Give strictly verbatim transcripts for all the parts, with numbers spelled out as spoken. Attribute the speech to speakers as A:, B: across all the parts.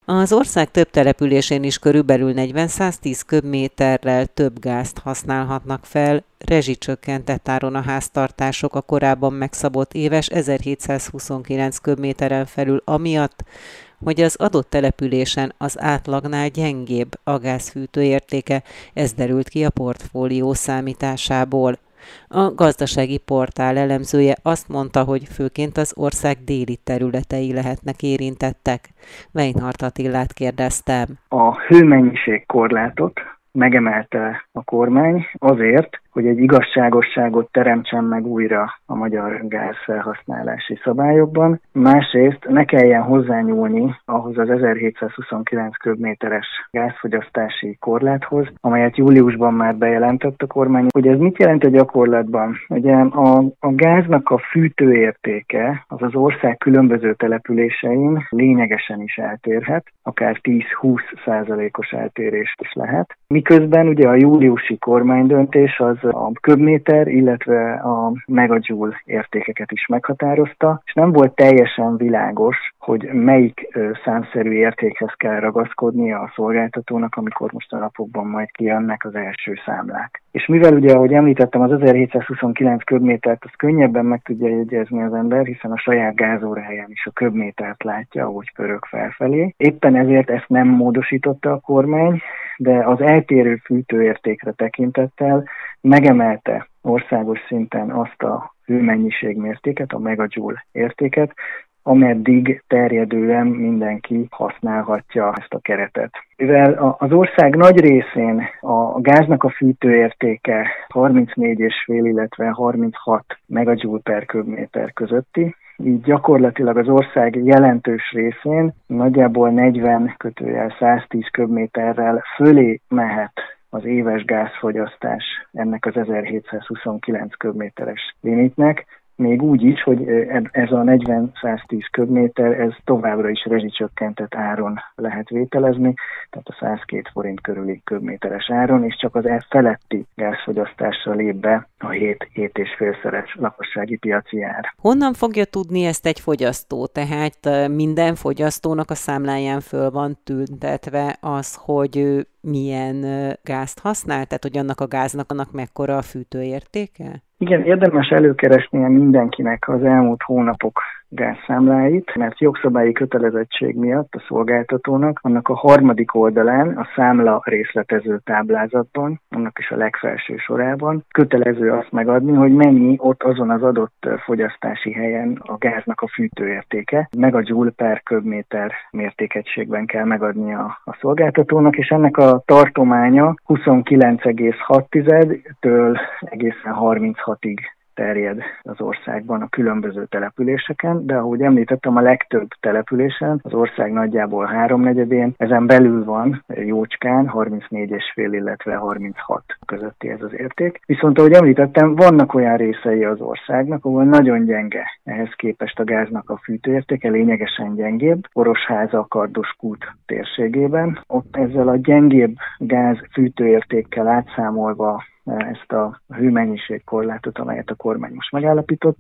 A: Az ország több településén is körülbelül negyven-száztíz köbméterrel több gázt használhatnak fel, rezsicsökkentett áron a háztartások a korábban megszabott éves ezerhétszázhuszonkilenc köbméteren felül amiatt, hogy az adott településen az átlagnál gyengébb a gázfűtő értéke, ez derült ki a portfólió számításából. A gazdasági portál elemzője azt mondta, hogy főként az ország déli területei lehetnek érintettek. Weinhardt Attilát kérdeztem.
B: A hőmennyiségkorlátot megemelte a kormány azért, hogy egy igazságosságot teremtsen meg újra a magyar gázfelhasználási szabályokban. Másrészt ne kelljen hozzányúlni ahhoz az ezerhétszázhuszonkilenc köbméteres gázfogyasztási korláthoz, amelyet júliusban már bejelentett a kormány. Ugye ez mit jelent a gyakorlatban? Ugye a, a gáznak a fűtőértéke az az ország különböző településein lényegesen is eltérhet, akár tíz-húsz százalékos eltérést is lehet. Miközben ugye a júliusi kormánydöntés az a köbméter, illetve a megajoule értékeket is meghatározta, és nem volt teljesen világos, hogy melyik ö, számszerű értékhez kell ragaszkodnia a szolgáltatónak, amikor most a napokban majd kijönnek az első számlák. És mivel ugye, ahogy említettem, az ezerhétszázhuszonkilenc köbmétert, az könnyebben meg tudja jegyezni az ember, hiszen a saját gázóráján is a köbmétert látja, ahogy pörög felfelé. Éppen ezért ezt nem módosította a kormány, de az eltérő fűtőértékre tekintettel megemelte országos szinten azt a hőmennyiség mértéket, a megajoule értéket, ameddig terjedően mindenki használhatja ezt a keretet. Mivel az ország nagy részén a gáznak a fűtőértéke harmincnégy egész öt, illetve harminchat megajoule per köbméter közötti, így gyakorlatilag az ország jelentős részén nagyjából negyven kötőjel száztíz köbméterrel fölé mehet az éves gázfogyasztás ennek az ezerhétszázhuszonkilenc köbméteres limitnek, még úgy is, hogy ez a negyven-száztíz köbméter, ez továbbra is rezsicsökkentett áron lehet vételezni, tehát a százkét forint körüli köbméteres áron, és csak az e feletti gázfogyasztásra lép be a hét-hét és félszeres lakossági piaci ár.
A: Honnan fogja tudni ezt egy fogyasztó? Tehát minden fogyasztónak a számláján föl van tüntetve az, hogy ő milyen gázt használ, tehát hogy annak a gáznak annak mekkora a fűtőértéke?
B: Igen, érdemes előkeresnie mindenkinek az elmúlt hónapok gázszámláit, mert jogszabályi kötelezettség miatt a szolgáltatónak annak a harmadik oldalán, a számla részletező táblázatban, annak is a legfelső sorában kötelező azt megadni, hogy mennyi ott azon az adott fogyasztási helyen a gáznak a fűtőértéke. Megajoule per köbméter mértékegységben kell megadni a, a szolgáltatónak, és ennek a tartománya huszonkilenc egész hat-től egészen harminchatig terjed az országban a különböző településeken, de ahogy említettem, a legtöbb településen, az ország nagyjából háromnegyedén, ezen belül van jócskán harmincnégy egész öt, illetve harminchat közötti ez az érték. Viszont ahogy említettem, vannak olyan részei az országnak, ahol nagyon gyenge ehhez képest a gáznak a fűtőértéke, lényegesen gyengébb, Orosháza, Kardoskút térségében. Ott ezzel a gyengébb gáz fűtőértékkel átszámolva ezt a hőmennyiségkorlátot, amelyet a kormány most megállapított.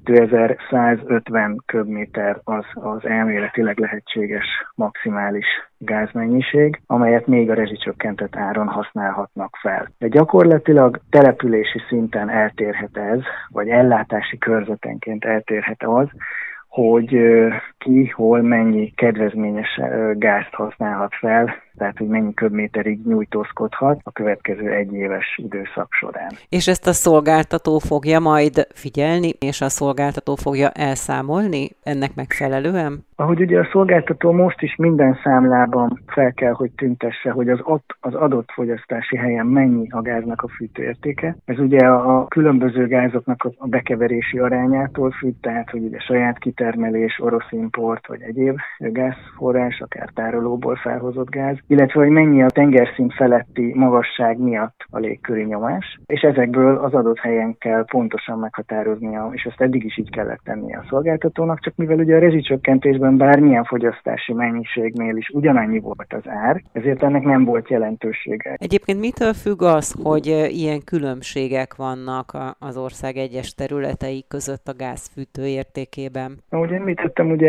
B: kétezer-százötven köbméter az az elméletileg lehetséges maximális gázmennyiség, amelyet még a rezsicsökkentett áron használhatnak fel. De gyakorlatilag települési szinten eltérhet ez, vagy ellátási körzetenként eltérhet az, hogy ki, hol, mennyi kedvezményes gázt használhat fel, tehát hogy mennyi köbméterig nyújtózkodhat a következő egyéves időszak során.
A: És ezt a szolgáltató fogja majd figyelni, és a szolgáltató fogja elszámolni ennek megfelelően?
B: Ahogy ugye a szolgáltató most is minden számlában fel kell, hogy tüntesse, hogy az, ott, az adott fogyasztási helyen mennyi a gáznak a fűtőértéke. Ez ugye a, a különböző gázoknak a bekeverési arányától függ, tehát hogy ugye saját kitermelés, orosz import vagy egyéb gázforrás, akár tárolóból felhozott gáz, illetve hogy mennyi a tengerszint feletti magasság miatt a légköri nyomás, és ezekből az adott helyen kell pontosan meghatároznia, és ezt eddig is így kellett tennie a szolgáltatónak, csak mivel ugye a rezsicsökkentésben bármilyen fogyasztási mennyiségnél is ugyanannyi volt az ár, ezért ennek nem volt jelentősége.
A: Egyébként mitől függ az, hogy ilyen különbségek vannak az ország egyes területei között a gázfűtő értékében?
B: Ahogy említettem, ugye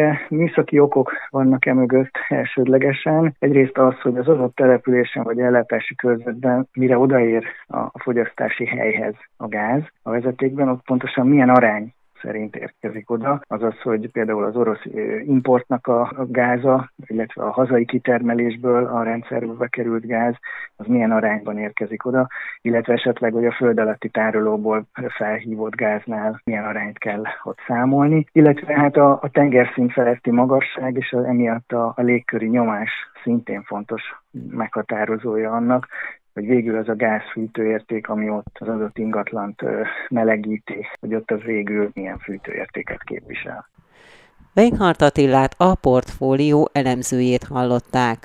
B: Ugye műszaki okok vannak e mögött elsődlegesen. Egyrészt az, hogy az adott településen vagy ellátási körzetben mire odaér a fogyasztási helyhez a gáz a vezetékben, ott pontosan milyen arány szerint érkezik oda. Azaz, hogy például az orosz importnak a gáza, illetve a hazai kitermelésből a rendszerbe bekerült gáz, az milyen arányban érkezik oda, illetve esetleg, hogy a föld alatti tárolóból felhívott gáznál milyen arányt kell ott számolni, illetve hát a, a tengerszint feletti magasság és az, emiatt a, a légköri nyomás szintén fontos meghatározója annak, hogy végül az a gázfűtőérték, ami ott az adott ingatlant melegíti, hogy ott az végül milyen fűtőértéket képvisel.
A: Weinhardt Attilát, a Portfólió elemzőjét hallották.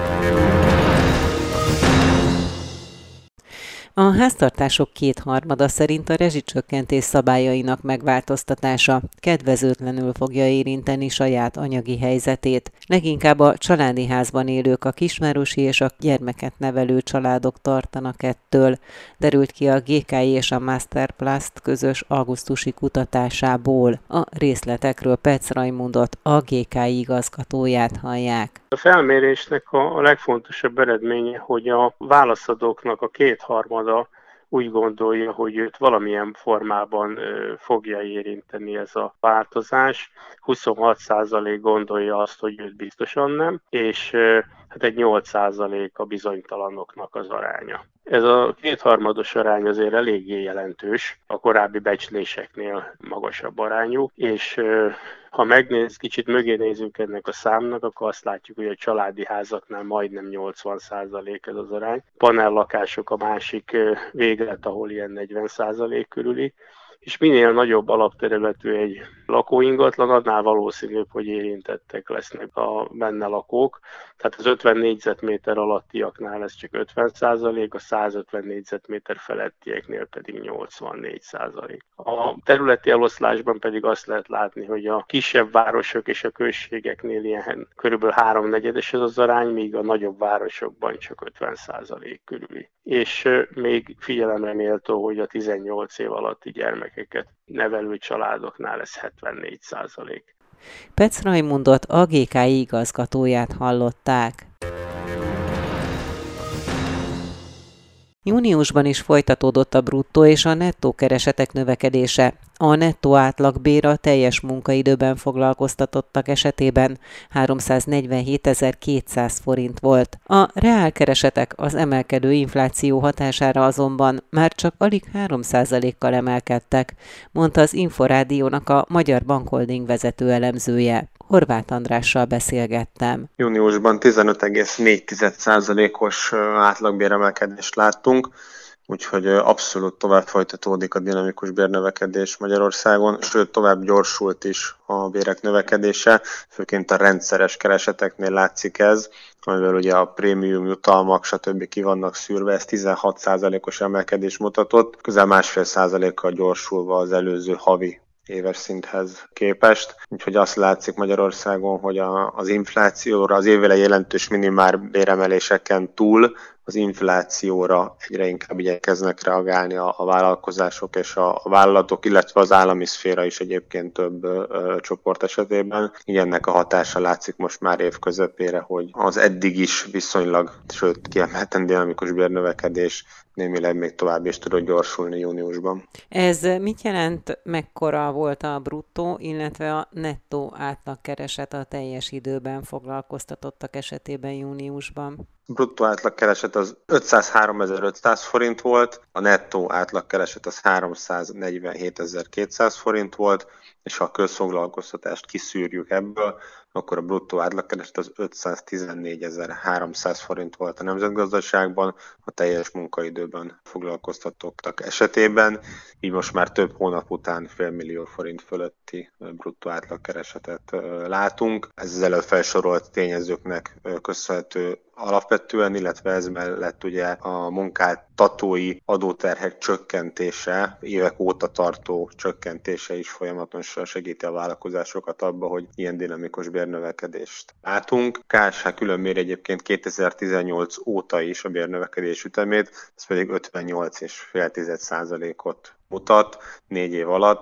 A: A háztartások kétharmada szerint a rezsicsökkentés szabályainak megváltoztatása kedvezőtlenül fogja érinteni saját anyagi helyzetét. Leginkább a családi házban élők, a kisvárosi és a gyermeket nevelő családok tartanak ettől, derült ki a gé ká i és a Masterplast közös augusztusi kutatásából. A részletekről Petsz Raimundot, a gé ká i igazgatóját hallják.
C: A felmérésnek a legfontosabb eredménye, hogy a válaszadóknak a kétharmada úgy gondolja, hogy őt valamilyen formában fogja érinteni ez a változás. huszonhat százalék gondolja azt, hogy őt biztosan nem, és hát egy nyolc százalék a bizonytalanoknak az aránya. Ez a kétharmados arány azért eléggé jelentős, a korábbi becsléseknél magasabb arányú, és ha megnéz, kicsit mögé nézünk ennek a számnak, akkor azt látjuk, hogy a családi házaknál majdnem nyolcvan százalék ez az arány. Panellakások a másik véglet, ahol ilyen negyven százalék körüli, és minél nagyobb alapterületű egy lakóingatlan, annál valószínűbb, hogy érintettek lesznek a benne lakók. Tehát az ötven négyzetméter alattiaknál ez csak ötven százalék, a százötven négyzetméter felettieknél pedig nyolcvannégy százalék. A területi eloszlásban pedig azt lehet látni, hogy a kisebb városok és a községeknél ilyen körülbelül háromnegyedes ez az arány, míg a nagyobb városokban csak ötven százalék körüli. És még figyelemre méltó, hogy a tizennyolc év alatti gyermekeket nevelő családoknál ez hetvennégy százalék.
A: Petsz Raimundot, a gé ká i igazgatóját hallották. Júniusban is folytatódott a bruttó és a nettó keresetek növekedése. A nettó átlagbér a teljes munkaidőben foglalkoztatottak esetében háromszáznegyvenhétezer-kétszáz forint volt. A reálkeresetek az emelkedő infláció hatására azonban már csak alig három százalékkal emelkedtek, mondta az Inforádiónak a Magyar Bankholding vezető elemzője. Horváth Andrással beszélgettem.
D: Júniusban tizenöt egész négy százalékos átlagbéremelkedést láttunk, úgyhogy abszolút tovább folytatódik a dinamikus bérnövekedés Magyarországon, sőt tovább gyorsult is a bérek növekedése, főként a rendszeres kereseteknél látszik ez, amivel ugye a prémium jutalmak, stb. Ki vannak szűrve, ez tizenhat százalékos emelkedés mutatott, közel másfél százalékkal gyorsulva az előző havi éves szinthez képest. Úgyhogy azt látszik Magyarországon, hogy a, az inflációra, az évvele jelentős minimál béremeléseken túl az inflációra egyre inkább igyekeznek reagálni a, a vállalkozások és a, a vállalatok, illetve az állami szféra is egyébként több ö, csoport esetében. Így ennek a hatása látszik most már év közepére, hogy az eddig is viszonylag, sőt kiemelten dinamikus bérnövekedés némileg még tovább is tudott gyorsulni júniusban.
A: Ez mit jelent, mekkora volt a bruttó, illetve a nettó átlagkereset a teljes időben foglalkoztatottak esetében júniusban?
D: A bruttó átlagkereset az ötszázháromezer-ötszáz forint volt, a nettó átlagkereset az háromszáznegyvenhétezer-kétszáz forint volt, és ha a közfoglalkoztatást kiszűrjük ebből, akkor a bruttó átlagkereset az ötszáztizennégyezer-háromszáz forint volt a nemzetgazdaságban, a teljes munkaidőben foglalkoztatottak esetében, így most már több hónap után félmillió forint fölötti bruttó átlagkeresetet látunk. Ez az előbb felsorolt tényezőknek köszönhető alapvetően, illetve ez mellett ugye a munkáltatói adóterhek csökkentése, évek óta tartó csökkentése is folyamatosan segíti a vállalkozásokat abba, hogy ilyen dinamikus bérnövekedést látunk. ká es há külön mér egyébként kétezer-tizennyolc óta is a bérnövekedés ütemét, ez pedig ötvennyolc egész öt százalékot mutat négy év alatt,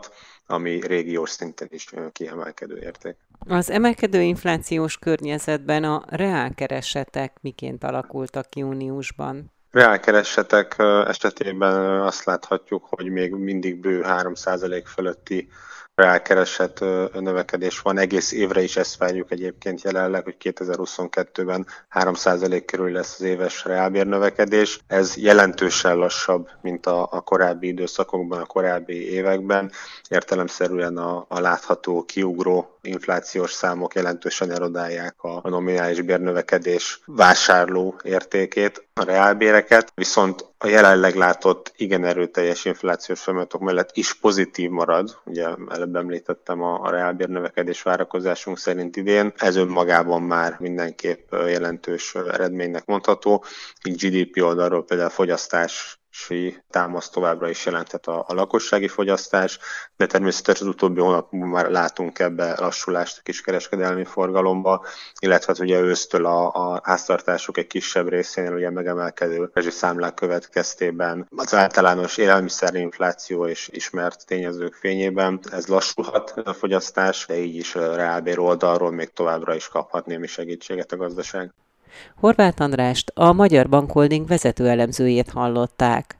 D: ami régiós szinten is kiemelkedő érték.
A: Az emelkedő inflációs környezetben a reálkeresetek miként alakultak júniusban?
D: Reálkeresetek esetében azt láthatjuk, hogy még mindig bő három százalék fölötti reálkereset növekedés van. Egész évre is ezt várjuk egyébként jelenleg, hogy kétezer-huszonkettőben három százalék körül lesz az éves reálbérnövekedés. Ez jelentősen lassabb, mint a, a korábbi időszakokban, a korábbi években. Értelemszerűen a, a látható, kiugró inflációs számok jelentősen erodálják a, a nominális bérnövekedés vásárló értékét, a reálbéreket, viszont a jelenleg látott igen erőteljes inflációs folyamatok mellett is pozitív marad. Ugye előbb említettem a, a reálbérnövekedés várakozásunk szerint idén. Ez önmagában már mindenképp jelentős eredménynek mondható. Így gé dé pé oldalról például fogyasztás támaszt továbbra is jelenthet a, a lakossági fogyasztás, de természetesen az utóbbi hónapban már látunk ebbe lassulást a kiskereskedelmi forgalomba, illetve hát ugye ősztől a, a háztartások egy kisebb részénél ugye megemelkedő rezsiszámlák következtében az általános élelmiszerinfláció és ismert tényezők fényében ez lassulhat a fogyasztás, de így is a reálbér oldalról még továbbra is kaphat némi segítséget a gazdaság.
A: Horváth Andrást, a Magyar Bankholding vezető elemzőjét hallották.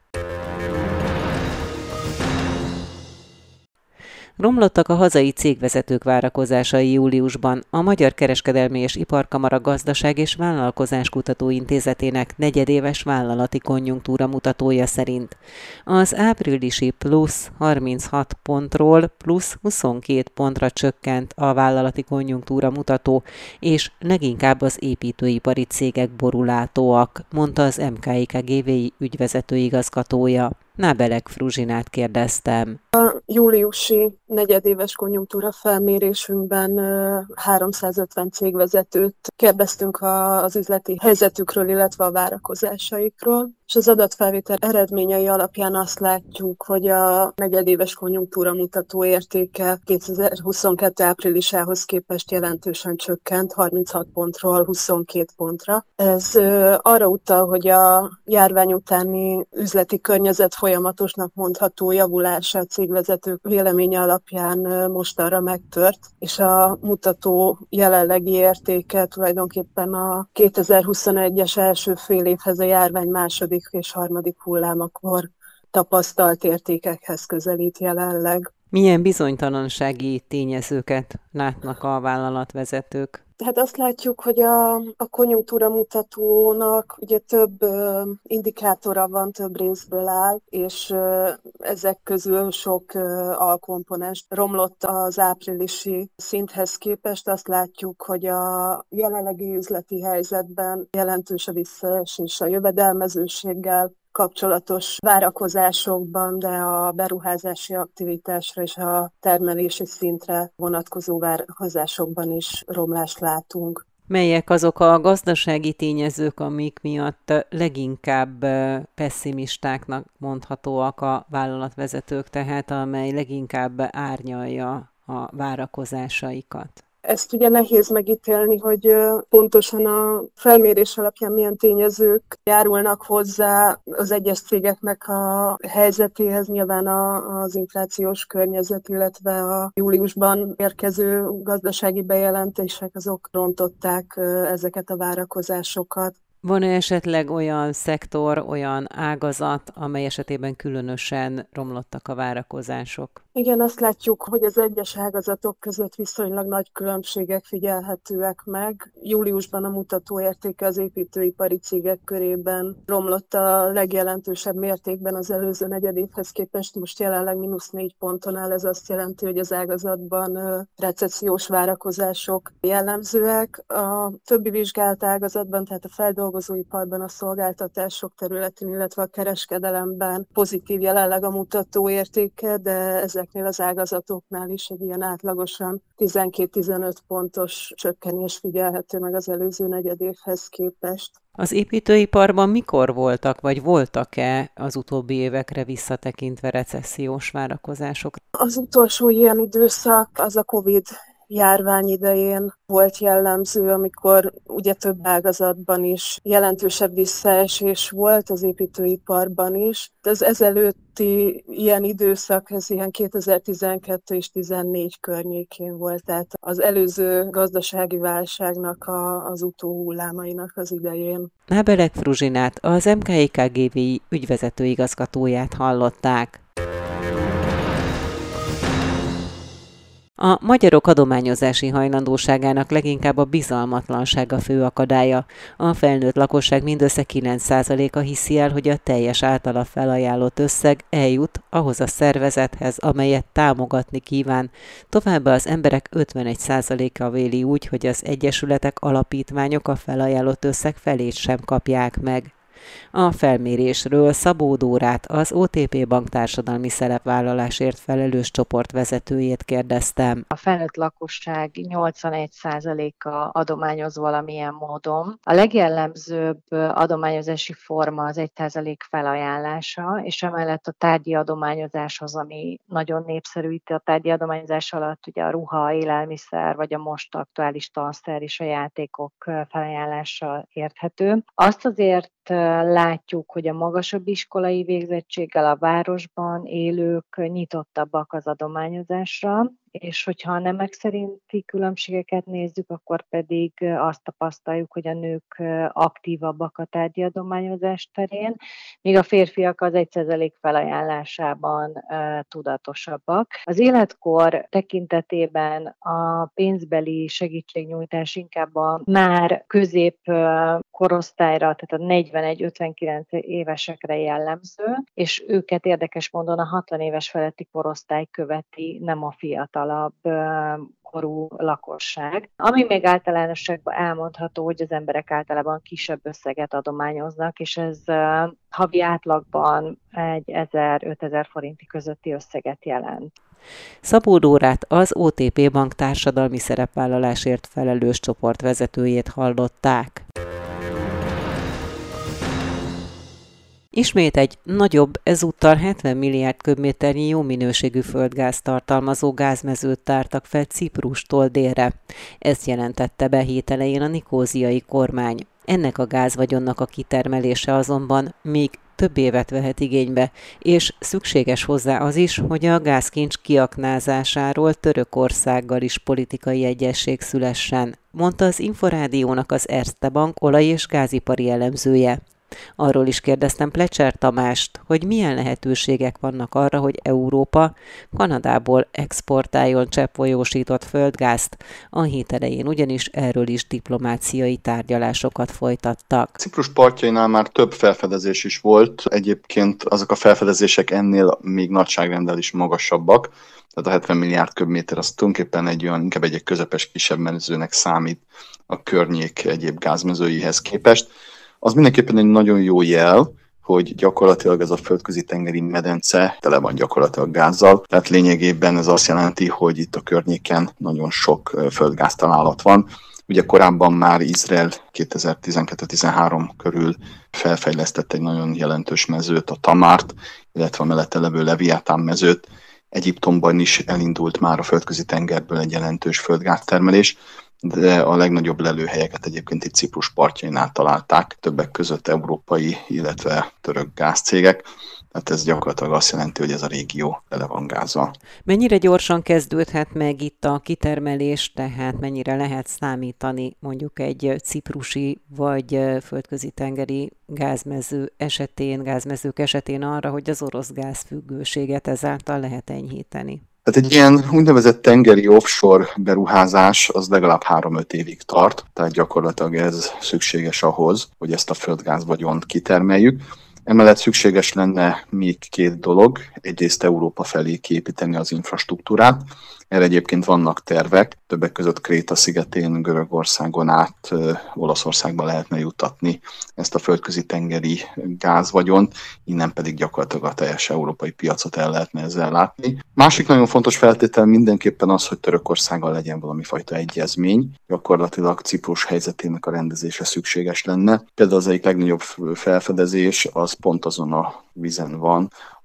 A: Romlottak a hazai cégvezetők várakozásai júliusban. A Magyar Kereskedelmi és Iparkamara Gazdaság és Vállalkozáskutató Intézetének negyedéves vállalati konjunktúra mutatója szerint az áprilisi plusz harminchat pontról plusz huszonkét pontra csökkent a vállalati konjunktúra mutató, és leginkább az építőipari cégek borulátóak, mondta az em ká i ká gé vé ügyvezető igazgatója. Nábelek Fruzsinát kérdeztem.
E: A júliusi negyedéves konjunktúra felmérésünkben háromszázötven cégvezetőt kérdeztünk az üzleti helyzetükről, illetve a várakozásaikról, és az adatfelvétel eredményei alapján azt látjuk, hogy a negyedéves konjunktúra mutató értéke kétezer-huszonkettő áprilisához képest jelentősen csökkent, harminchat pontról huszonkét pontra. Ez arra utal, hogy a járvány utáni üzleti környezet folyamatosnak mondható javulása a cégvezetők véleménye alapján mostanra megtört, és a mutató jelenlegi értéke tulajdonképpen a kétezer-huszonegyes első fél évhez, a járvány második és harmadik hullámakor tapasztalt értékekhez közelít jelenleg.
A: Milyen bizonytalansági tényezőket látnak a vállalatvezetők?
E: Hát azt látjuk, hogy a, a konjunktúra mutatónak ugye több uh, indikátora van, több részből áll, és uh, ezek közül sok uh, alkomponens romlott az áprilisi szinthez képest. Azt látjuk, hogy a jelenlegi üzleti helyzetben jelentős a visszaesés a jövedelmezőséggel kapcsolatos várakozásokban, de a beruházási aktivitásra és a termelési szintre vonatkozó várakozásokban is romlást látunk.
A: Melyek azok a gazdasági tényezők, amik miatt leginkább pessimistáknak mondhatóak a vállalatvezetők, tehát amely leginkább árnyalja a várakozásaikat?
E: Ezt ugye nehéz megítélni, hogy pontosan a felmérés alapján milyen tényezők járulnak hozzá az egyes cégeknek a helyzetéhez. Nyilván az inflációs környezet, illetve a júliusban érkező gazdasági bejelentések azok rontották ezeket a várakozásokat.
A: Van-e esetleg olyan szektor, olyan ágazat, amely esetében különösen romlottak a várakozások?
E: Igen, azt látjuk, hogy az egyes ágazatok között viszonylag nagy különbségek figyelhetőek meg. Júliusban a mutató értéke az építőipari cégek körében romlott a legjelentősebb mértékben az előző negyedévhez képest. Most jelenleg mínusz négy ponton áll, ez azt jelenti, hogy az ágazatban recessziós várakozások jellemzőek. A többi vizsgált ágazatban, tehát a feldolgozóiparban, a szolgáltatások területén, illetve a kereskedelemben pozitív jelenleg a mutató értéke, de ezeknél az ágazatoknál is egy ilyen átlagosan tizenkét-tizenöt pontos csökkenés figyelhető meg az előző negyedévhez képest.
A: Az építőiparban mikor voltak, vagy voltak-e az utóbbi évekre visszatekintve recessziós várakozások?
E: Az utolsó ilyen időszak az a Covid járvány idején volt jellemző, amikor ugye több ágazatban is jelentősebb visszaesés volt, az építőiparban is. Az ezelőtti ilyen időszak, ez ilyen kétezer-tizenkettő és tizennégy környékén volt, tehát az előző gazdasági válságnak a, az utóhullámainak az idején.
A: Nábelek Fruzsinát, az em ká i ká gé vé i ügyvezető igazgatóját hallották. A magyarok adományozási hajlandóságának leginkább a bizalmatlanság a fő akadálya. A felnőtt lakosság mindössze kilenc százaléka hiszi el, hogy a teljes általa felajánlott összeg eljut ahhoz a szervezethez, amelyet támogatni kíván. Továbbá az emberek ötvenegy százaléka véli úgy, hogy az egyesületek, alapítványok a felajánlott összeg felét sem kapják meg. A felmérésről Szabó Dórát, az o té pé Bank társadalmi szerepvállalásért felelős csoport vezetőjét kérdeztem.
F: A felnőtt lakosság nyolcvanegy százaléka adományoz valamilyen módon. A legjellemzőbb adományozási forma az egy százalék felajánlása, és emellett a tárgyi adományozáshoz, ami nagyon népszerű itt a tárgyi adományozás alatt, ugye a ruha, élelmiszer, vagy a most aktuális tanszer és a játékok felajánlása érthető. Azt azért látjuk, hogy a magasabb iskolai végzettséggel a városban élők nyitottabbak az adományozásra, és hogyha a nemek szerinti különbségeket nézzük, akkor pedig azt tapasztaljuk, hogy a nők aktívabbak a tárgyi adományozás terén, míg a férfiak az egy százalék felajánlásában uh, tudatosabbak. Az életkor tekintetében a pénzbeli segítségnyújtás inkább a már közép uh, korosztályra, tehát a negyvenegy-ötvenkilenc évesekre jellemző, és őket érdekes módon a hatvan éves feletti korosztály követi, nem a fiatalabb korú lakosság. Ami még általánosságban elmondható, hogy az emberek általában kisebb összeget adományoznak, és ez havi átlagban egy ezer-ötezer forinti közötti összeget jelent.
A: Szabó Dórát, az o té pé Bank társadalmi szerepvállalásért felelős csoport vezetőjét hallották. Ismét egy nagyobb, ezúttal hetven milliárd köbméternyi jó minőségű földgáz tartalmazó gázmezőt tártak fel Ciprustól délre. Ezt jelentette be hét elején a nikóziai kormány. Ennek a gázvagyonnak a kitermelése azonban még több évet vehet igénybe, és szükséges hozzá az is, hogy a gázkincs kiaknázásáról Törökországgal is politikai egyezség szülessen, mondta az Inforádiónak az Erste Bank olaj- és gázipari elemzője. Arról is kérdeztem Plecser Tamást, hogy milyen lehetőségek vannak arra, hogy Európa Kanadából exportáljon cseppfolyósított földgázt. A hét elején ugyanis erről is diplomáciai tárgyalásokat folytattak.
G: Ciprus partjainál már több felfedezés is volt, egyébként azok a felfedezések ennél még nagyságrendel is magasabbak. Tehát a hetven milliárd köbméter az tulajdonképpen egy olyan, inkább egy közepes kisebb mezőnek számít a környék egyéb gázmezőihez képest. Az mindenképpen egy nagyon jó jel, hogy gyakorlatilag ez a földközi tengeri medence tele van gyakorlatilag gázzal. Tehát lényegében ez azt jelenti, hogy itt a környéken nagyon sok földgáztalálat van. Ugye korábban már Izrael kétezer-tizenkettő-tizenhárom körül felfejlesztett egy nagyon jelentős mezőt, a Tamárt, illetve a mellette levő Leviatán mezőt. Egyiptomban is elindult már a földközi tengerből egy jelentős földgáztermelés, de a legnagyobb lelőhelyeket egyébként itt Ciprus partjainál találták, többek között európai, illetve török gázcégek. Tehát ez gyakorlatilag azt jelenti, hogy ez a régió tele van gázzal.
A: Mennyire gyorsan kezdődhet meg itt a kitermelés, tehát mennyire lehet számítani mondjuk egy ciprusi vagy földközi tengeri gázmező esetén, gázmezők esetén arra, hogy az orosz gázfüggőséget ezáltal lehet enyhíteni?
G: Tehát egy ilyen úgynevezett tengeri offshore beruházás az legalább három-öt évig tart, tehát gyakorlatilag ez szükséges ahhoz, hogy ezt a földgázvagyont kitermeljük. Emellett szükséges lenne még két dolog, egyrészt Európa felé kiépíteni az infrastruktúrát, erre egyébként vannak tervek, többek között Kréta szigetén, Görögországon át Olaszországba lehetne juttatni ezt a földközi tengeri gázvagyont, innen pedig gyakorlatilag a teljes európai piacot el lehetne ezzel látni. Másik nagyon fontos feltétel mindenképpen az, hogy Törökországgal legyen valami fajta egyezmény, gyakorlatilag Ciprus helyzetének a rendezése szükséges lenne. Például az egyik legnagyobb felfedezés az pont azon a vízen van,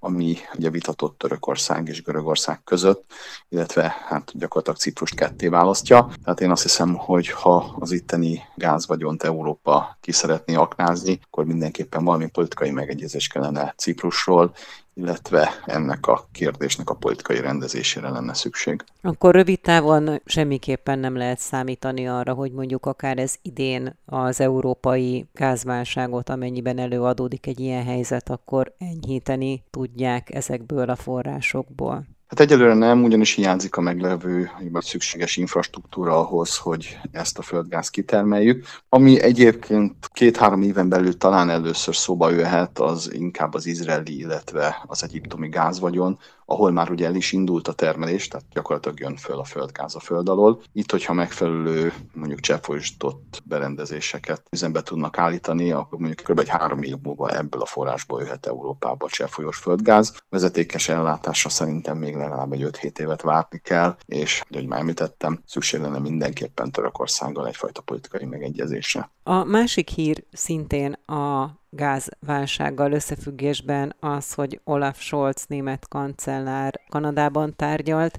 G: ami ugye vitatott Törökország és Görögország között, illetve hát gyakorlatilag Ciprust ketté választja. Tehát én azt hiszem, hogy ha az itteni gázvagyont Európa ki szeretné aknázni, akkor mindenképpen valami politikai megegyezés kellene Ciprusról, illetve ennek a kérdésnek a politikai rendezésére lenne szükség.
A: Akkor rövid távon semmiképpen nem lehet számítani arra, hogy mondjuk akár ez idén az európai gázválságot, amennyiben előadódik egy ilyen helyzet, akkor enyhíteni tudják ezekből a forrásokból.
G: Hát egyelőre nem, ugyanis hiányzik a meglevő, vagy szükséges infrastruktúra ahhoz, hogy ezt a földgázt kitermeljük. Ami egyébként két-három éven belül talán először szóba jöhet, az inkább az izraeli, illetve az egyiptomi gázvagyon, ahol már ugye el is indult a termelés, tehát gyakorlatilag jön föl a földgáz a föld alól. Itt, hogyha megfelelő mondjuk cseppfolyósított berendezéseket üzembe tudnak állítani, akkor mondjuk kb. egy három év múlva ebből a forrásból jöhet Európába a cseppfolyós földgáz. Vezetékes ellátásra szerintem még legalább egy öt-hét évet várni kell, és, ahogy már említettem, szükség lenne mindenképpen Törökországgal egyfajta politikai megegyezésre.
A: A másik hír szintén a gázválsággal összefüggésben az, hogy Olaf Scholz német kancellár Kanadában tárgyalt,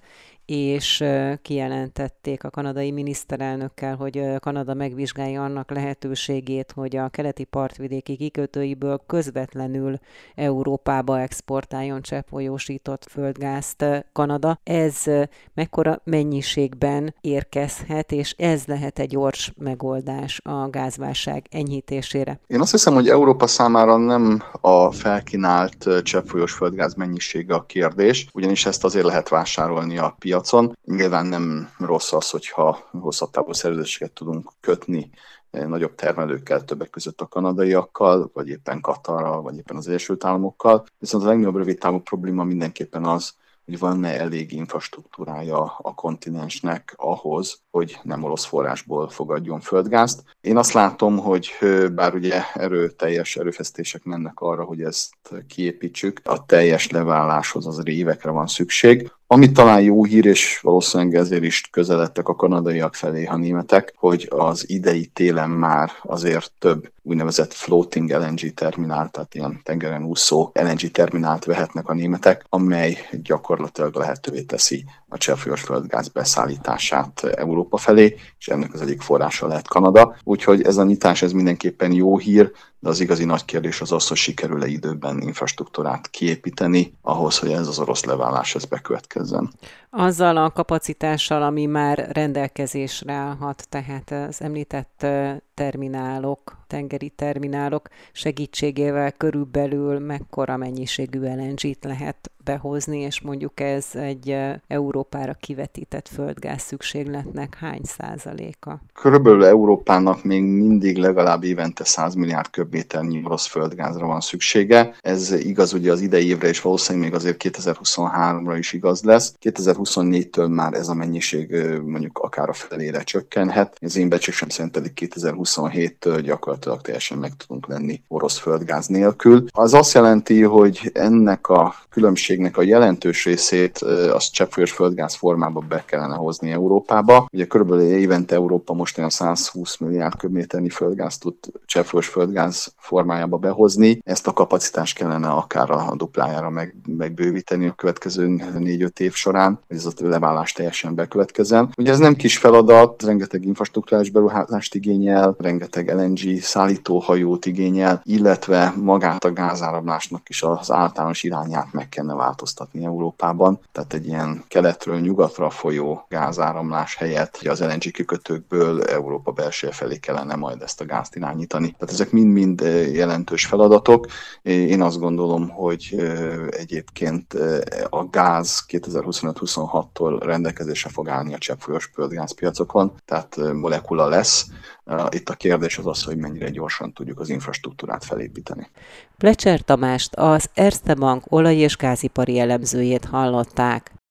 A: és kijelentették a kanadai miniszterelnökkel, hogy Kanada megvizsgálja annak lehetőségét, hogy a keleti partvidéki kikötőiből közvetlenül Európába exportáljon cseppfolyósított földgázt Kanada. Ez mekkora mennyiségben érkezhet, és ez lehet egy gyors megoldás a gázválság enyhítésére?
G: Én azt hiszem, hogy Európa számára nem a felkínált cseppfolyós földgáz mennyisége a kérdés, ugyanis ezt azért lehet vásárolni a piacon. Nyilván nem rossz az, hogyha hosszabb távú szerződéseket tudunk kötni nagyobb termelőkkel, többek között a kanadaiakkal, vagy éppen Katarral, vagy éppen az Egyesült Államokkal. Viszont a legnagyobb rövid távú probléma mindenképpen az, hogy van-e elég infrastruktúrája a kontinensnek ahhoz, hogy nem orosz forrásból fogadjon földgázt. Én azt látom, hogy bár ugye erőteljes erőfeszítések mennek arra, hogy ezt kiépítsük, a teljes leváláshoz az évekre van szükség. Ami talán jó hír, és valószínűleg ezért is közeledtek a kanadaiak felé a németek, hogy az idei télen már azért több úgynevezett floating el en gé terminált, tehát ilyen tengeren úszó el en gé terminált vehetnek a németek, amely gyakorlatilag lehetővé teszi a cseppfolyós földgáz beszállítását Európa felé, és ennek az egyik forrása lehet Kanada. Úgyhogy ez a nyitás ez mindenképpen jó hír, de az igazi nagy kérdés az az, hogy sikerül-e időben infrastruktúrát kiépíteni ahhoz, hogy ez az orosz leválás ez bekövetkezzen.
A: Azzal a kapacitással, ami már rendelkezésre állhat, tehát az említett terminálok, tengeri terminálok segítségével körülbelül mekkora mennyiségű el en gét lehet behozni, és mondjuk ez egy Európára kivetített földgáz szükségletnek hány százaléka?
G: Körülbelül Európának még mindig legalább évente száz milliárd köbméternyi orosz földgázra van szüksége. Ez igaz ugye az idei évre, és valószínűleg még azért kétezer-huszonháromra is igaz lesz. kétezer-huszonnégytől már ez a mennyiség mondjuk akár a felére csökkenhet. Az én becslésem szerint pedig kétezer-huszonhéttől gyakorlatilag teljesen meg tudunk lenni orosz földgáz nélkül. Az azt jelenti, hogy ennek a különbségnek a jelentős részét az cseppfolyós földgáz formába be kellene hozni Európába. Ugye körülbelül évente Európa most olyan százhúsz milliárd köbméternyi földgáz tud cseppfolyós földgáz formájába behozni. Ezt a kapacitást kellene akár a duplájára meg, megbővíteni a következő négy-öt év során, hogy ez a leválás teljesen bekövetkezzen. Ugye ez nem kis feladat, rengeteg infrastruktúrális beruházást igényel, rengeteg el en gé szállítóhajót igényel, illetve magát a gázáramlásnak is az általános irányát meg kellene változtatni Európában. Tehát egy ilyen keletről nyugatra folyó gázáramlás helyett az el en gé kikötőkből Európa belseje felé kellene majd ezt a gázt irányítani. Tehát ezek mind-mind jelentős feladatok. Én azt gondolom, hogy egyébként a gáz kétezer-huszonöt-huszonhattól rendelkezésre fog állni a cseppfolyós földgázpiacokon, tehát molekula lesz. Itt a kérdés az az, hogy mennyire gyorsan tudjuk az infrastruktúrát felépíteni.
A: Plecser Tamást, az Erste Bank olaj- és gázipari elemzőjét hallották.